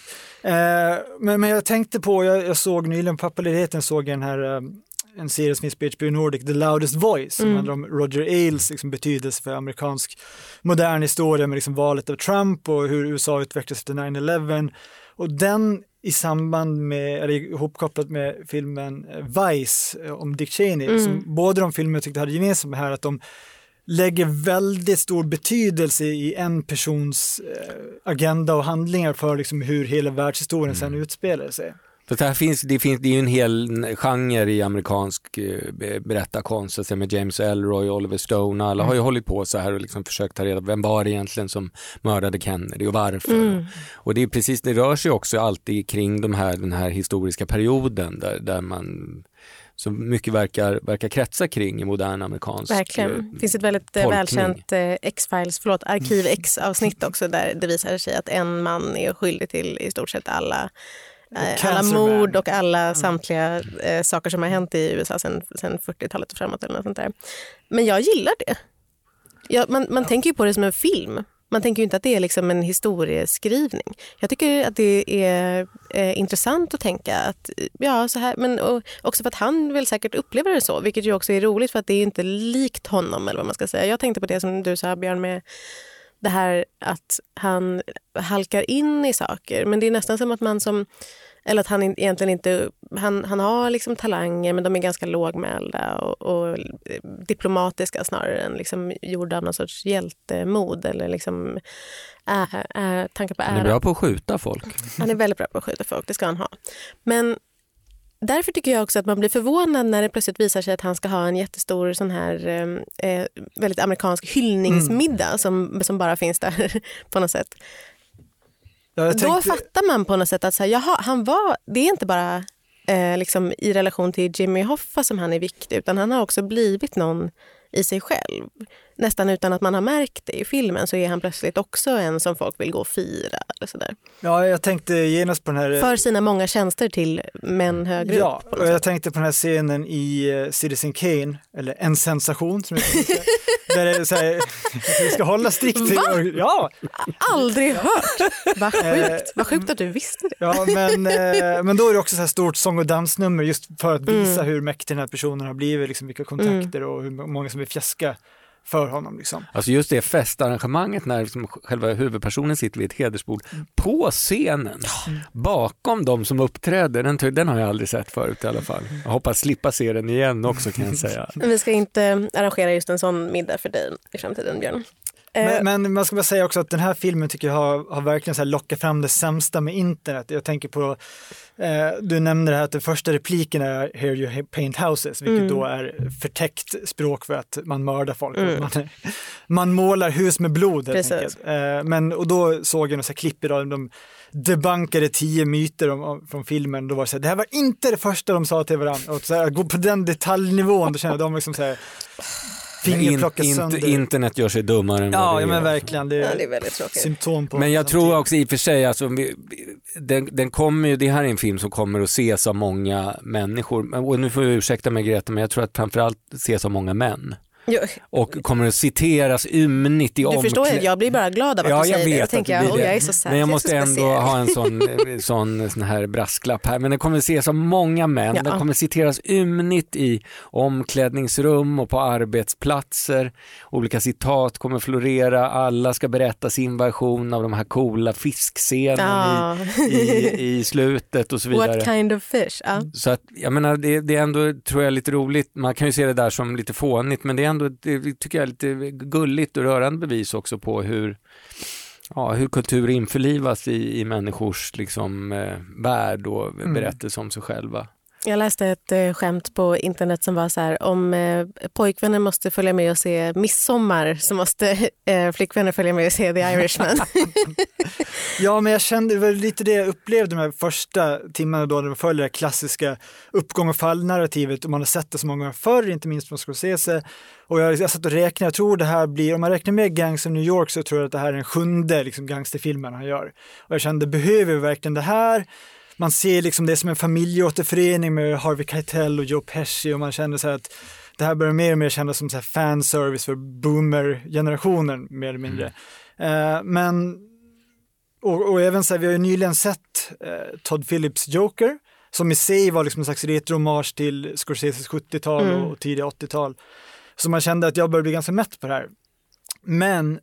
Men jag tänkte på, jag såg nyligen på pappaledigheten, såg den här en serie som finns på HBO Nordic, The Loudest Voice, som handlar om Roger Ailes liksom, betydelse för amerikansk modern historia med liksom, valet av Trump och hur USA utvecklades efter 9/11. Och den i samband med, eller ihopkopplat med filmen Vice om Dick Cheney, som båda de filmer jag tyckte hade gemensamt här, att de lägger väldigt stor betydelse i en persons agenda och handlingar för liksom, hur hela världshistorien sen utspelar sig. För det är ju en hel genre i amerikansk berättarkonst, med James Ellroy, Oliver Stone, alla har ju hållit på så här och liksom försökt ta reda på vem var det egentligen som mördade Kennedy och varför. Och det är precis, det rör sig också alltid kring den här historiska perioden där man så mycket verkar kretsa kring i modern amerikansk verkligen. Det finns ett väldigt välkänt X-Files, Arkiv X-avsnitt också, där det visar sig att en man är skyldig till i stort sett alla mord och alla samtliga saker som har hänt i USA sen 40-talet och framåt eller något sånt där. Men jag gillar det. Man tänker ju på det som en film. Man tänker ju inte att det är liksom en historieskrivning. Jag tycker att det är intressant att tänka att så här, men också för att han väl säkert upplever det så, vilket ju också är roligt för att det är inte likt honom eller vad man ska säga. Jag tänkte på det som du sa, Björn, med det här att han halkar in i saker, men det är nästan som att att han egentligen inte, han har liksom talanger, men de är ganska lågmälda och diplomatiska snarare än liksom gjorda av någon sorts hjältemod eller liksom tankar på ära. Han är bra på att skjuta folk. Han är väldigt bra på att skjuta folk, det ska han ha. Men därför tycker jag också att man blir förvånad när det plötsligt visar sig att han ska ha en jättestor sån här väldigt amerikansk hyllningsmiddag som bara finns där på något sätt. Då fattar man på något sätt att så här, det är inte bara liksom i relation till Jimmy Hoffa som han är viktig, utan han har också blivit någon i sig själv. Nästan utan att man har märkt det i filmen så är han plötsligt också en som folk vill gå och fira eller sådär. Ja, jag tänkte genast på den här... För sina många tjänster till män högre upp. Ja, och jag tänkte på den här scenen i Citizen Kane, eller En sensation som jag säga, där det är så här, vi ska hålla strikt till... Ja! Aldrig hört! Vad sjukt att du visste det. Ja, men då är det också så här stort sång- och dansnummer just för att visa hur mäktig den här personen har blivit, liksom vilka kontakter och hur många som vill fjäska för honom. Liksom. Alltså just det festarrangemanget när liksom själva huvudpersonen sitter vid ett hedersbord på scenen, bakom de som uppträder, den har jag aldrig sett förut i alla fall. Jag hoppas slippa se den igen också, kan jag säga. Vi ska inte arrangera just en sån middag för dig i framtiden, Björn. Men man ska bara säga också att den här filmen tycker jag har verkligen så här lockat fram det sämsta med internet. Jag tänker på, du nämnde det här att den första repliken är "Here you paint houses", vilket då är förtäckt språk för att man mördar folk. Man målar hus med blod helt enkelt. Och då såg jag några klipp idag, de debankade 10 myter från filmen. Då var det så här, det här var inte det första de sa till varandra. Och så här, gå på den detaljnivån, då känner de liksom så här... Internet gör sig dummare än vad det är. Ja, men verkligen. Det är väldigt tråkigt. Symptom på. Men jag tror också i och för sig, alltså, den kommer ju, det här är en film som kommer att ses av många människor. Och nu får jag ursäkta mig, Greta, men jag tror att framförallt ses av många män. Och kommer att citeras ymnigt i Du förstår att jag blir bara glad av att du säger det. Jag tänker jag är så säker. Men jag måste ändå ha en sån här brasklapp här. Men det kommer att ses av många män. Ja. Den kommer att citeras ymnigt i omklädningsrum och på arbetsplatser. Olika citat kommer att florera. Alla ska berätta sin version av de här coola fiskscenen i slutet och så vidare. What kind of fish? Så att, jag menar, det är ändå, tror jag, lite roligt. Man kan ju se det där som lite fånigt, men det är det tycker jag är lite gulligt och rörande bevis också på hur kultur införlivas i människors liksom, värld och berättelse om sig själva. Jag läste ett skämt på internet som var så här: om pojkvänner måste följa med och se Midsommar så måste flickvänner följa med och se The Irishman. Ja, men jag kände, det var lite det jag upplevde de här första timmarna då när man följer det klassiska uppgång- och fallnarrativet, och man har sett det så många gånger förr, inte minst från Scorsese. Och jag satt och räknade, jag tror det här blir, om man räknar med Gangs of New York så tror jag att det här är den 7:e liksom gangsterfilmen han gör. Och jag kände, behöver vi verkligen det här? Man ser liksom det som en familjeåterförening med Harvey Keitel och Joe Pesci, och man känner så här att det här börjar mer och mer kännas som så här fanservice för boomer-generationen mer eller mindre. Men och även så här, vi har ju nyligen sett Todd Phillips Joker, som i sig var liksom en slags retro-hommage till Scorseses 70-tal och tidiga 80-tal. Så man kände att jag började bli ganska mätt på det här. Men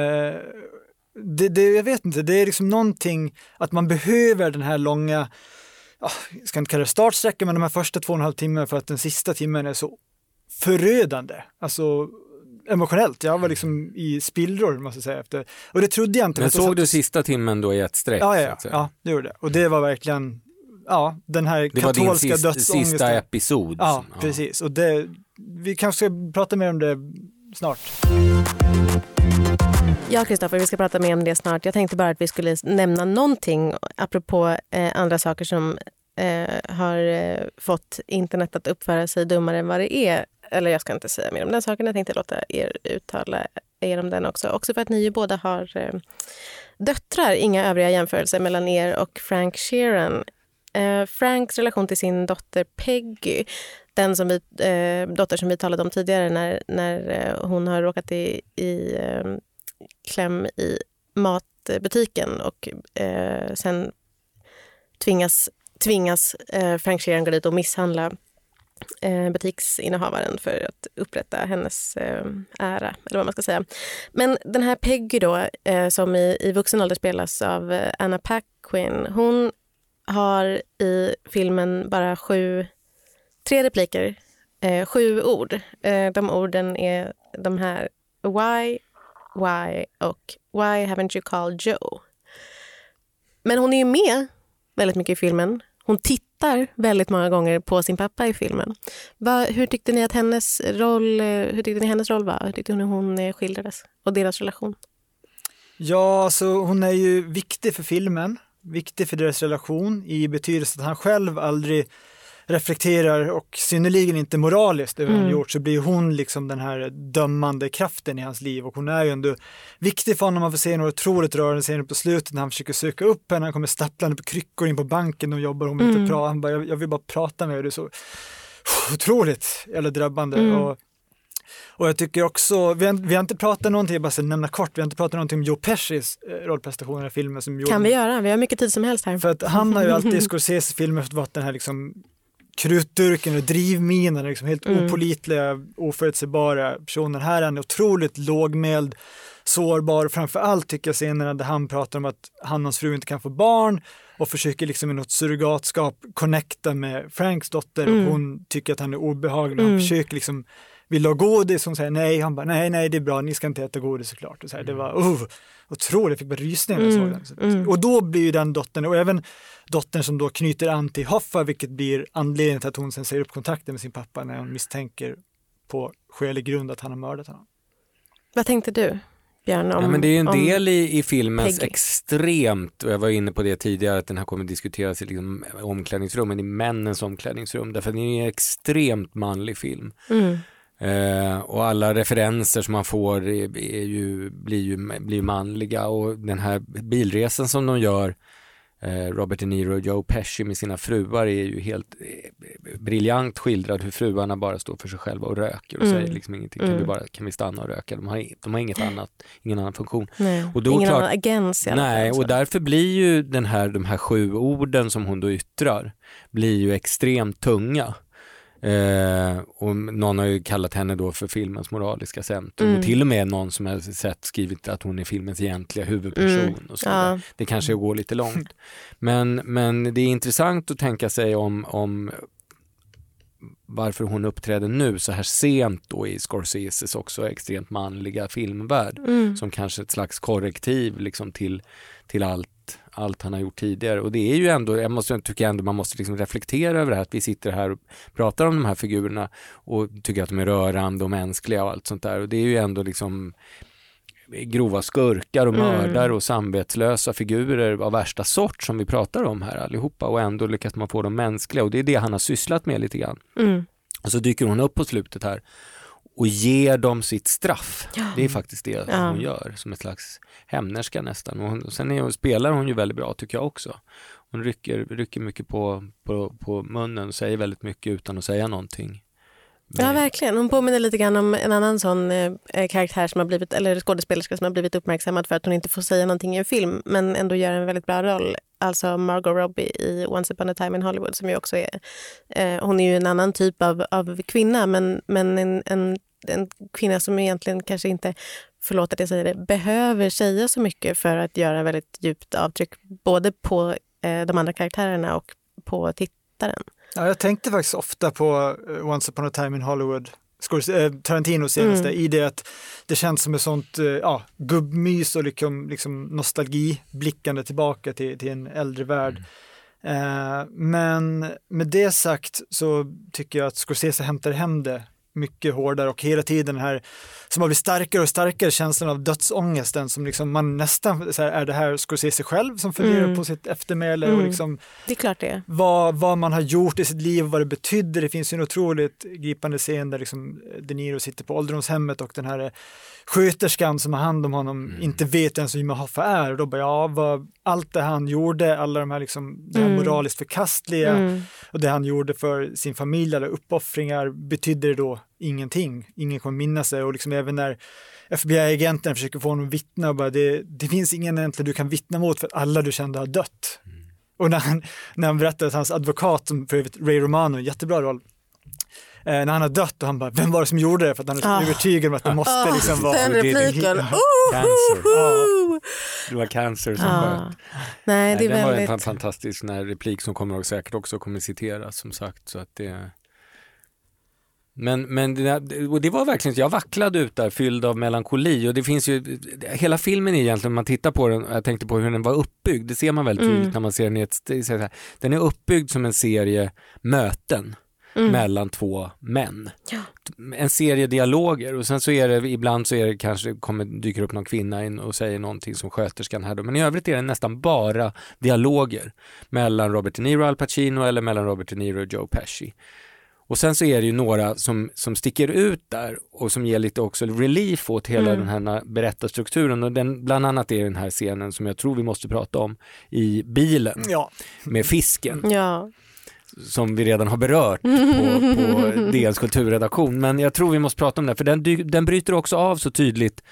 jag vet inte, det är liksom någonting att man behöver den här långa, jag ska inte kalla det startsträckan, men de här första 2,5 timmar, för att den sista timmen är så förödande. Alltså emotionellt. Jag var liksom i spillror, måste jag säga, efter. Och det trodde jag inte. Men såg du sista timmen då i ett streck? Ja, det gjorde det. Och det var verkligen den här katolska dödsångesten. Det var din sista episod. Ja, precis. Och vi kanske ska prata mer om det snart. Ja, Kristoffer, vi ska prata mer om det snart. Jag tänkte bara att vi skulle nämna någonting apropå andra saker som har fått internet att uppföra sig dummare än vad det är. Eller jag ska inte säga mer om den saken. Jag tänkte låta er uttala er om den också. Också för att ni ju båda har döttrar. Inga övriga jämförelser mellan er och Frank Sheeran. Franks relation till sin dotter Peggy, den som dotter som vi talade om tidigare, när hon har råkat i kläm i matbutiken och sen tvingas Frank Sheeran gå dit och misshandla butiksinnehavaren för att upprätta hennes ära, eller vad man ska säga. Men den här Peggy då, som i vuxen ålder spelas av Anna Paquin, hon har i filmen bara 3 repliker, 7 ord. De orden är de här: why och why haven't you called Joe? Men hon är ju med väldigt mycket i filmen. Hon tittar väldigt många gånger på sin pappa i filmen. Hur tyckte ni hennes roll var? Hur tyckte hon skildrades? Och deras relation? Ja, alltså hon är ju viktig för filmen. Viktig för deras relation i betydelse att han själv aldrig reflekterar och synnerligen inte moraliskt över vad han gjort, så blir hon liksom den här dömande kraften i hans liv, och hon är ju ändå viktig för honom. Man får se något otroligt rörande scener på slutet när han försöker söka upp henne, han kommer stapplande på kryckor in på banken och jobbar, hon inte prata, han bara, jag vill bara prata med dig, det är så otroligt eller drabbande. Och jag tycker också, vi har inte pratat någonting, jag bara ska nämna kort, vi har inte pratat någonting om Joe Pescis rollprestationer i filmen. Kan vi göra? Vi har mycket tid som helst här. För att han har ju alltid i Scorseses filmer varit den här liksom krutdurken och drivminen, liksom helt opålitliga, oförutsägbara personer. Här är han otroligt lågmäld, sårbar. Framförallt tycker jag scenerna där han pratar om att han och hans fru inte kan få barn och försöker liksom i något surrogatskap connecta med Franks dotter. Och hon tycker att han är obehaglig. Han försöker liksom, vill ha godis, hon säger nej. Han bara nej det är bra, ni ska inte äta godis såklart. Och så här, det var otroligt, jag fick bara rysningar när jag såg den. Och då blir ju den dottern, och även dottern som då knyter an till Hoffa, vilket blir anledningen till att hon sen säger upp kontakten med sin pappa när hon misstänker på skälig grund att han har mördat honom. Vad tänkte du, Björn, men det är ju en del i filmens Peggy. Extremt, och jag var inne på det tidigare, att den här kommer diskuteras i liksom omklädningsrummen, i männens omklädningsrum, därför att det är en extremt manlig film. Och alla referenser som man får blir ju manliga, och den här bilresan som de gör, Robert De Niro och Joe Pesci med sina fruar, är ju helt briljant skildrad, hur fruarna bara står för sig själva och röker och säger liksom ingenting, kan vi stanna och röka, de har inget annat, ingen annan funktion. Nej, och då, ingen klart, annan agens i alla fall. Nej, och därför blir ju de här 7 orden som hon då yttrar blir ju extremt tunga. Och någon har ju kallat henne då för filmens moraliska centrum, och till och med någon som har sett skrivit att hon är filmens egentliga huvudperson och så. Ja. Det kanske går lite långt, men det är intressant att tänka sig om varför hon uppträder nu så här sent då i Scorseses också extremt manliga filmvärld, som kanske ett slags korrektiv liksom till allt han har gjort tidigare. Och det är ju ändå, man måste liksom reflektera över det här, att vi sitter här och pratar om de här figurerna och tycker att de är rörande och mänskliga och allt sånt där. Och det är ju ändå liksom grova skurkar och mördare och samvetslösa figurer av värsta sort som vi pratar om här allihopa, och ändå lyckas man få dem mänskliga, och det är det han har sysslat med lite grann. Och så dyker hon upp på slutet här och ger dem sitt straff. Det är faktiskt det hon gör, som ett slags hämnerska nästan. Och sen spelar hon ju väldigt bra, tycker jag också. Hon rycker mycket på munnen och säger väldigt mycket utan att säga någonting. Ja, verkligen. Hon påminner lite grann om en annan sån karaktär som har blivit, eller skådespelerska som har blivit uppmärksammad för att hon inte får säga någonting i en film, men ändå gör en väldigt bra roll. Alltså Margot Robbie i Once upon a time in Hollywood, som ju också är, hon är ju en annan typ av kvinna, men en kvinna som egentligen kanske inte, förlåt att jag säger det, behöver säga så mycket för att göra väldigt djupt avtryck både på de andra karaktärerna och på tittaren. Ja, jag tänkte faktiskt ofta på Once upon a time in Hollywood, Tarantino senaste, i det att det känns som ett sånt gubbmys och liksom nostalgi, blickande tillbaka till en äldre värld. Men med det sagt så tycker jag att Scorsese hämtar hem det mycket hårdare, och hela tiden här som har blivit starkare och starkare känslan av dödsångesten, som liksom man nästan så här, är det här Scorsese själv som funderar på sitt eftermäle och liksom det är klart det. Vad man har gjort i sitt liv, vad det betyder. Det finns ju en otroligt gripande scen där liksom De Niro sitter på ålderdomshemmet och den här sköterskan som har hand om honom inte vet ens vem Hoffa är, och då bara allt det han gjorde, alla de här liksom det här moraliskt förkastliga och det han gjorde för sin familj, alla uppoffringar, betydde det då ingenting. Ingen kommer minnas det, och liksom även när FBI-agenten försöker få honom att vittna och bara det finns ingen egentligen du kan vittna mot för att alla du kände har dött. Och när han berättade att hans advokat, som för övrigt Ray Romano, jättebra roll, när han har dött och han bara, vem var det som gjorde det? För att han är övertygad om att det måste liksom vara... Den repliken! Cancer. Det var cancer som sköt. Nej, det är den väldigt... var en fantastisk replik som kommer att säkert också kommer citeras, som sagt. Så att det... Men det var verkligen, jag vacklade ut där, fylld av melankoli, och det finns ju, hela filmen egentligen, om man tittar på den, jag tänkte på hur den var uppbyggd, det ser man väldigt tydligt när man ser den den är uppbyggd som en serie möten mellan två män. En serie dialoger, och sen så är det ibland så är det kanske dyker upp någon kvinna in och säger någonting som sköterskan här då, men i övrigt är det nästan bara dialoger mellan Robert De Niro och Al Pacino, eller mellan Robert De Niro och Joe Pesci. Och sen så är det ju några som sticker ut där och som ger lite också relief åt hela den här berättarstrukturen, och bland annat är den här scenen som jag tror vi måste prata om i bilen med fisken. Ja. Som vi redan har berört på DNs kulturredaktion. Men jag tror vi måste prata om det, för den bryter också av så tydligt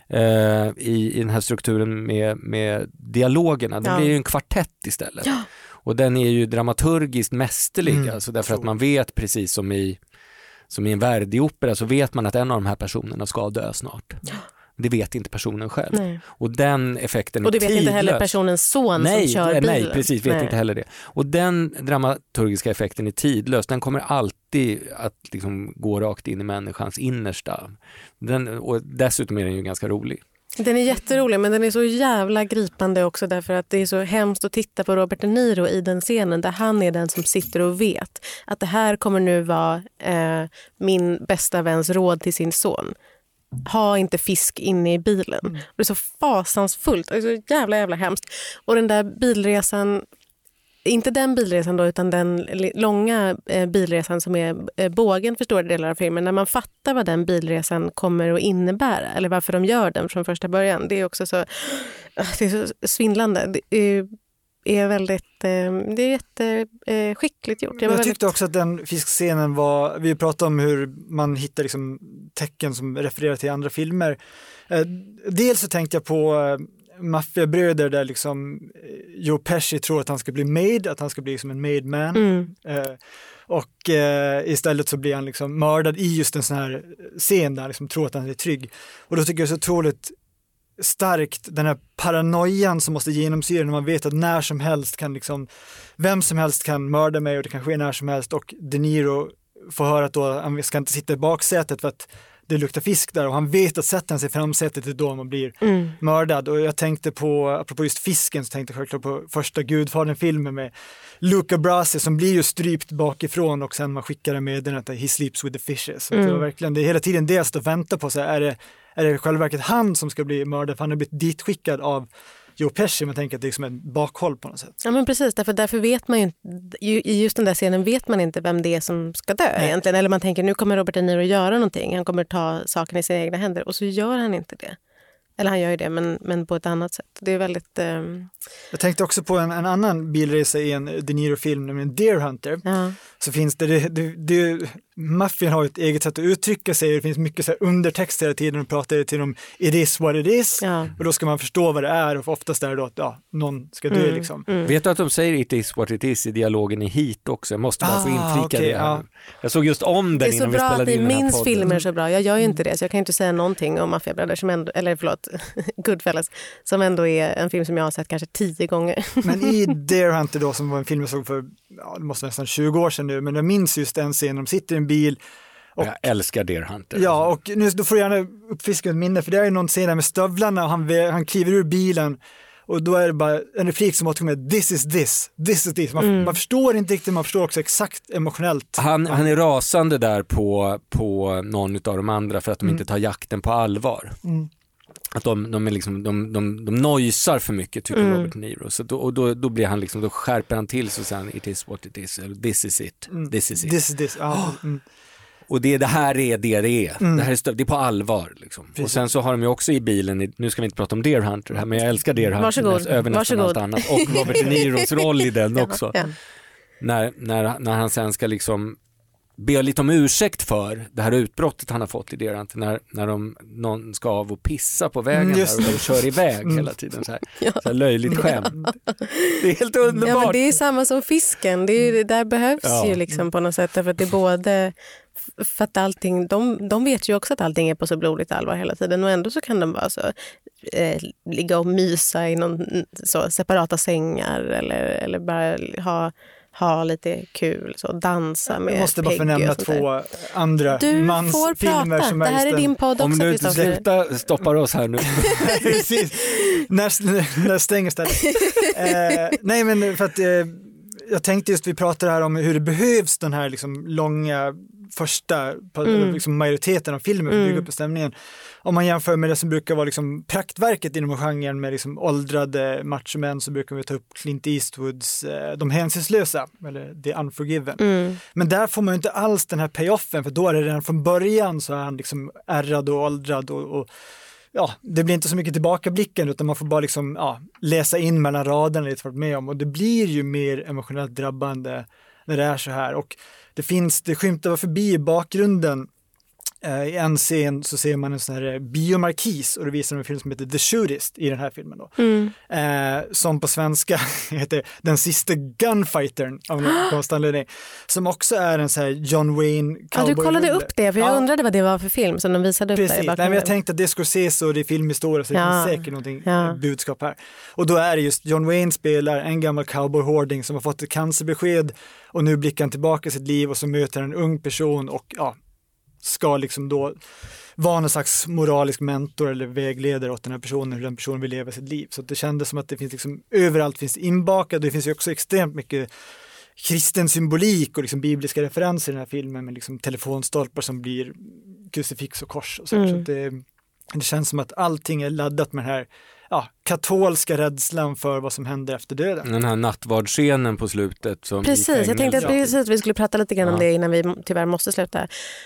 i den här strukturen med dialogerna. Det blir ju en kvartett istället. Ja. Och den är ju dramaturgiskt mästerlig, alltså därför att man vet, precis som i en Verdi-opera, så vet man att en av de här personerna ska dö snart. Ja. Det vet inte personen själv. Nej. Och den effekten är tidlös. Och det vet inte heller personens son som kör bilen. Nej, precis, vet inte heller det. Och den dramaturgiska effekten är tidlös. Den kommer alltid att liksom gå rakt in i människans innersta. Och dessutom är den ju ganska rolig. Den är jätterolig, men den är så jävla gripande också, därför att det är så hemskt att titta på Robert De Niro i den scenen där han är den som sitter och vet att det här kommer nu vara min bästa väns råd till sin son. Ha inte fisk inne i bilen. Och det är så fasansfullt, det är så jävla hemskt. Och den där bilresan, inte den bilresan då, utan den långa bilresan som är bågen för stora delar av filmen, när man fattar vad den bilresan kommer att innebära, eller varför de gör den från första början, det är också så, det är så svindlande. Det är jätteskickligt gjort. Jag tyckte också att den fiskscenen var, vi pratade om hur man hittar liksom tecken som refererar till andra filmer. Dels så tänkte jag på maffiabröder där liksom Joe Pesci tror att han ska bli made, att han ska bli som en made man. Och istället så blir han liksom mördad i just en sån här scen där han liksom tror att han är trygg. Och då tycker jag så otroligt starkt den här paranoian som måste genomsyra när man vet att när som helst kan liksom, vem som helst kan mörda mig och det kan ske när som helst, och De Niro får höra att då han ska inte sitta i baksätet för att det luktar fisk där och han vet att sätter han sig framsätet är då man blir mördad. Och jag tänkte på, apropå just fisken, så tänkte jag självklart på första Gudfadern-filmen med Luca Brasi som blir ju strypt bakifrån och sen man skickar en meddelande att he sleeps with the fishes. Så det var verkligen, det är hela tiden det jag står och väntar på, så är det själva verket han som ska bli mördad, för han har blivit ditskickad av Joe Pesci, man tänker att det är som en bakhåll på något sätt. Ja men precis, därför vet man ju inte, i just den där scenen vet man inte vem det är som ska dö egentligen. Eller man tänker, nu kommer Robert De Niro göra någonting, han kommer ta saken i sina egna händer, och så gör han inte det. Eller han gör ju det, men på ett annat sätt. Det är väldigt... Jag tänkte också på en annan bilresa i en De Niro-film, nämligen Deer Hunter. Ja. Så finns det maffian har ett eget sätt att uttrycka sig. Det finns mycket så här undertext hela tiden och pratar till dem, it is what it is. Ja. Och då ska man förstå vad det är, och oftast är det då att någon ska dö liksom. Vet du att de säger it is what it is i dialogen i Heat också? Jag måste bara få inflika det här. Ja. Jag såg just om den innan vi spelade in den här podden. Det är så bra att ni minns filmer så bra. Jag gör ju inte det, så jag kan inte säga någonting om Maffiabröder som ändå, eller förlåt, Goodfellas, som ändå är en film som jag har sett kanske 10 gånger. Men i Deer Hunter då, som var en film jag såg för, det måste nästan 20 år sedan nu, men jag minns just den scenen, de sitter i en bil. Och, jag älskar Deer Hunter. Ja, och nu då får jag gärna uppfiska ett minne, för det är någon scen där med stövlarna och han kliver ur bilen. Och då är det bara en replik som återkommer, this is this, this is this. Man förstår inte riktigt, man förstår också exakt emotionellt. Han är rasande där på någon av de andra för att de inte tar jakten på allvar. Att de är liksom, de nojsar för mycket, tycker Robert De Niro. Så då blir han liksom, då skärper han till så sen, it is what it is, eller this is it, this is it. This is this, Och det här är det är. Det här är det är på allvar liksom. Och sen så har de ju också i bilen, nu ska vi inte prata om Deer Hunter här, men jag älskar Deer Hunter över nästan allt annat. Och Robert De Niros roll i den också. Ja. När han sen ska liksom be lite om ursäkt för det här utbrottet han har fått i Deer Hunter, när någon ska av och pissa på vägen här och de kör iväg hela tiden så här löjligt skämt. Det är helt underbart. Ja, men det är samma som fisken. Det är, där behövs ju liksom på något sätt, för att det är både för att allting, de vet ju också att allting är på så blodigt allvar hela tiden, och ändå så kan de bara så ligga och mysa i någon så separata sängar eller bara ha lite kul, så dansa med Peggy. Jag måste bara förnämna 2 andra mansfilmer som det här är din podd också. Om du inte stoppar oss här nu. Precis. När stänger stället. Nej, men för att jag tänkte just, vi pratade här om hur det behövs den här liksom långa första liksom majoriteten av filmen för att bygga upp stämningen. Om man jämför med det som brukar vara liksom praktverket inom genren med liksom åldrade machomän, så brukar vi ta upp Clint Eastwoods De hänsynslösa, eller The Unforgiven. Men där får man ju inte alls den här payoffen, för då är det redan från början så är han liksom ärrad och åldrad och det blir inte så mycket tillbakablicken, utan man får bara liksom läsa in mellan raderna lite för att med om, och det blir ju mer emotionellt drabbande när det är så här. Och det skymtar förbi i bakgrunden. I en scen så ser man en sån här biomarkis, och det visar en film som heter The Shootist i den här filmen då. Som på svenska heter Den sista Gunfightern av någon konstig anledning, som också är en sån här John Wayne cowboy. Du kollade upp det, för jag undrade vad det var för film som de visade upp. Precis. Där i bakgrunden. Nej, men jag tänkte att det skulle ses, och det är filmhistoria, så det finns säkert någonting budskap här. Och då är det just John Wayne spelar en gammal cowboy-hårding som har fått ett cancerbesked, och nu blickar han tillbaka sitt liv och så möter han en ung person och ska liksom då vara någon slags moralisk mentor eller vägledare åt den här personen, hur den personen vill leva sitt liv. Så det kändes som att det finns liksom, överallt finns inbakat. Det finns ju också extremt mycket kristen symbolik och liksom bibliska referenser i den här filmen, med liksom telefonstolpar som blir krucifix och kors och så. Så det känns som att allting är laddat med den här katolska rädslan för vad som händer efter döden. Den här nattvardsscenen på slutet. Som precis, jag tänkte att vi skulle prata lite grann om det innan vi tyvärr måste sluta.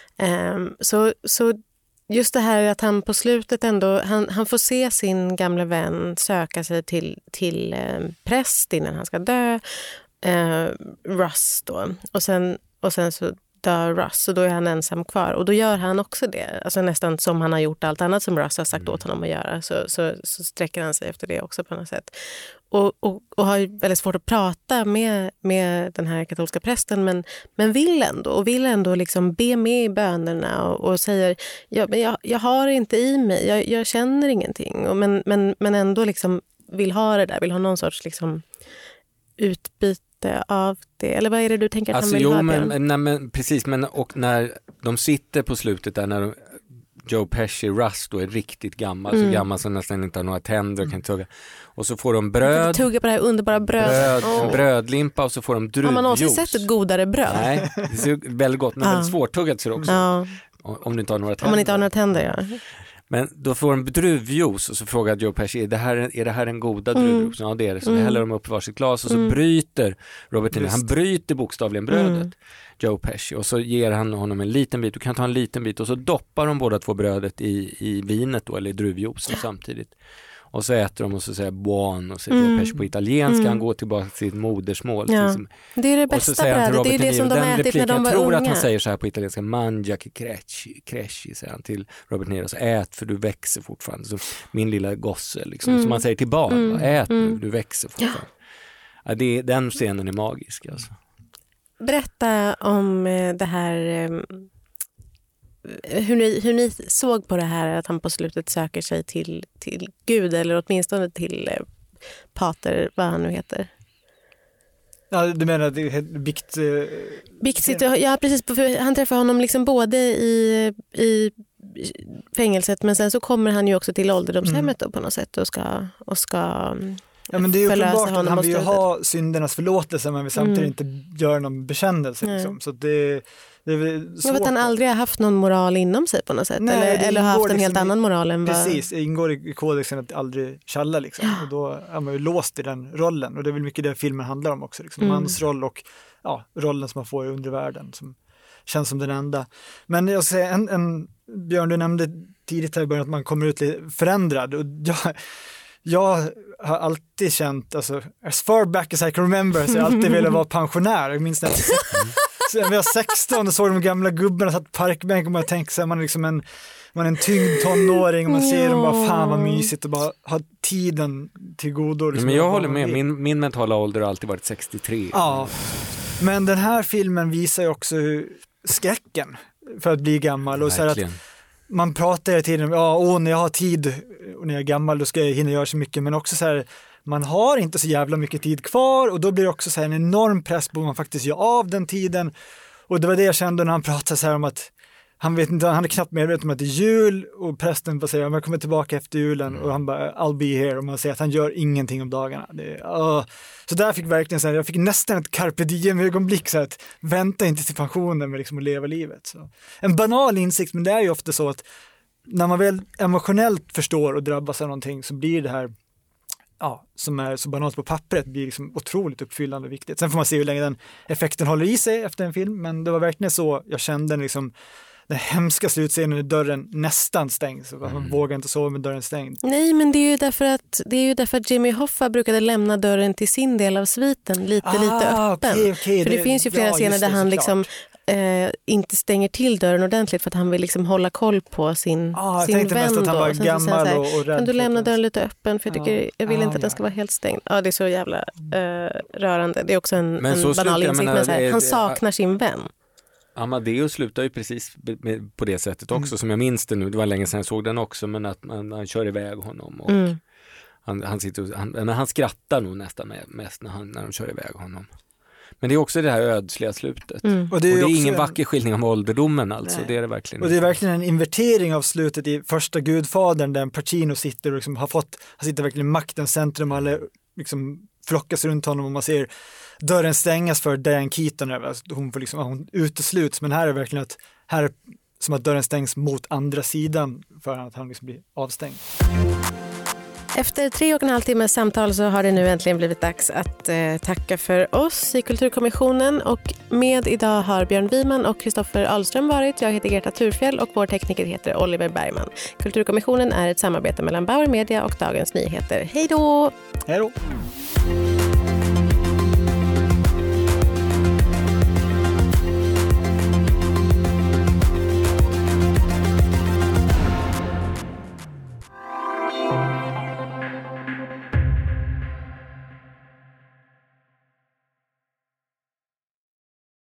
Så just det här att han på slutet ändå, han får se sin gamla vän söka sig till präst innan han ska dö. Russ då. Och sen så dör Russ, och då är han ensam kvar. Och då gör han också det. Alltså nästan som han har gjort allt annat som Russ har sagt åt honom att göra. Så sträcker han sig efter det också på något sätt. Och har väldigt svårt att prata med den här katolska prästen, men vill ändå liksom be med i bönerna och säger jag har inte i mig, jag känner ingenting. Men ändå liksom vill ha det där, vill ha någon sorts liksom utbyte av det, eller vad är det du tänker att han vill ha? Men precis, och när de sitter på slutet där, när Joe Pesci, Russ då, är riktigt gammal, så gammal som nästan inte har några tänder och kan tugga. Och så får de bröd. Tugga på det här underbara brödet. En brödlimpa och så får de druvjuice. Har man någonsin sett ett godare bröd? Nej, det ser väldigt gott, men väldigt svårtuggat ser det också. Ja. Om du inte har några tänder. Om man inte har några tänder, ja. Men då får de druvjuice och så frågar Joe Pesci, är det här en goda druvjuice? Ja, det är det. Så häller de upp varsitt glas och så bryter Robert De Niro, han bryter bokstavligen brödet, Joe Pesci, och så ger han honom en liten bit. Du kan ta en liten bit och så doppar de båda två brödet i vinet då, eller i druvjuicen samtidigt. Och så äter de och så säger buon och så Joe Pesci på italienska, han går tillbaka till sitt modersmål. Ja. Liksom. Det är det bästa brödet, det är det som de ätit när de var jag tror unga. att han säger så här på italienska, mangia che cresci, säger han till Robert De Niro, så ät för du växer fortfarande, så min lilla gosse liksom, som man säger till barn, ät nu, du växer fortfarande. Ja, den scenen är magisk alltså. Berätta om det här, hur ni såg på det här att han på slutet söker sig till Gud, eller åtminstone till Pater, vad han nu heter. Ja, du menar att det heter Bikt, ja precis, för han träffar honom liksom både i fängelset, men sen så kommer han ju också till ålderdomshemmet då på något sätt och ska ja, men det är ju uppenbart att han vill ju ha ha syndernas förlåtelse, men vi samtidigt inte gör någon bekännelse liksom. Så det är svårt. Jag vet att han aldrig har haft någon moral inom sig på något sätt. Nej, eller har haft en liksom helt annan moral än vad... Precis, det ingår i kodexen att aldrig tjalla liksom. Och då är man ju låst i den rollen. Och det är väl mycket det filmen handlar om också. Liksom. Mans roll och rollen som man får i undervärlden som känns som den enda. Men jag säger, en Björn, du nämnde tidigt här i början att man kommer ut lite förändrad. Och jag har alltid känt, alltså, as far back as I can remember, så jag alltid velat vara pensionär. Jag minns att så jag var 16 och såg de gamla gubbarna satt på parkbänk och man tänker så här, man är liksom man är en tyngd tonåring och man ser dem bara, fan vad mysigt och bara ha tiden till godo. Liksom. Men jag håller med, min mentala ålder har alltid varit 63. Ja, men den här filmen visar ju också skräcken för att bli gammal. Och så här att man pratar hela tiden om, när jag har tid och när jag är gammal då ska jag hinna göra så mycket, men också så här, man har inte så jävla mycket tid kvar och då blir det också så här en enorm press på att man faktiskt gör av den tiden. Och det var det jag kände när han pratade så här om att han är knappt medveten om att det är jul och prästen bara säger jag kommer tillbaka efter julen och han bara I'll be here och man säger att han gör ingenting om dagarna. Så där fick verkligen så här, jag fick nästan ett carpe diem ögonblick så att vänta inte till pensionen med liksom att leva livet. Så. En banal insikt, men det är ju ofta så att när man väl emotionellt förstår och drabbas av någonting så blir det här som är så banalt på pappret blir liksom otroligt uppfyllande och viktigt. Sen får man se hur länge den effekten håller i sig efter en film, men det var verkligen så jag kände liksom den hemska slutscenen när dörren nästan stängs och man vågar inte sova med dörren stängd. Nej, men det är ju därför att Jimmy Hoffa brukade lämna dörren till sin del av sviten lite öppen. Okay. För det finns ju flera scener där han liksom inte stänger till dörren ordentligt för att han vill liksom hålla koll på sin vän. Jag tänkte mest att han var gammal och rädd. Kan du lämna dörren lite öppen för jag vill inte att den ska vara helt stängd. Ja, det är så jävla rörande. Det är också en banal insikt, men han saknar sin vän. Amadeus slutar ju precis på det sättet också, som jag minns det nu. Det var länge sedan jag såg den också, men att man kör iväg honom och han sitter men han skrattar nog nästan mest när de kör iväg honom. Men det är också det här ödsliga slutet. Och det är ingen vacker skildring om ålderdomen alltså. Det är det verkligen. Och det är verkligen en invertering av slutet i första Gudfadern där Pacino sitter och liksom han sitter verkligen i maktens centrum, alla liksom flockas runt honom och man ser dörren stängas för Diane Keaton. Hon utesluts, men här är verkligen som att dörren stängs mot andra sidan för att han liksom blir avstängd. Efter 3,5 timmars samtal så har det nu äntligen blivit dags att tacka för oss i Kulturkommissionen, och med idag har Björn Wiman och Kristoffer Ahlström varit. Jag heter Greta Thurfjell och vår tekniker heter Oliver Bergman. Kulturkommissionen är ett samarbete mellan Bauer Media och Dagens Nyheter. Hej då! Hej då!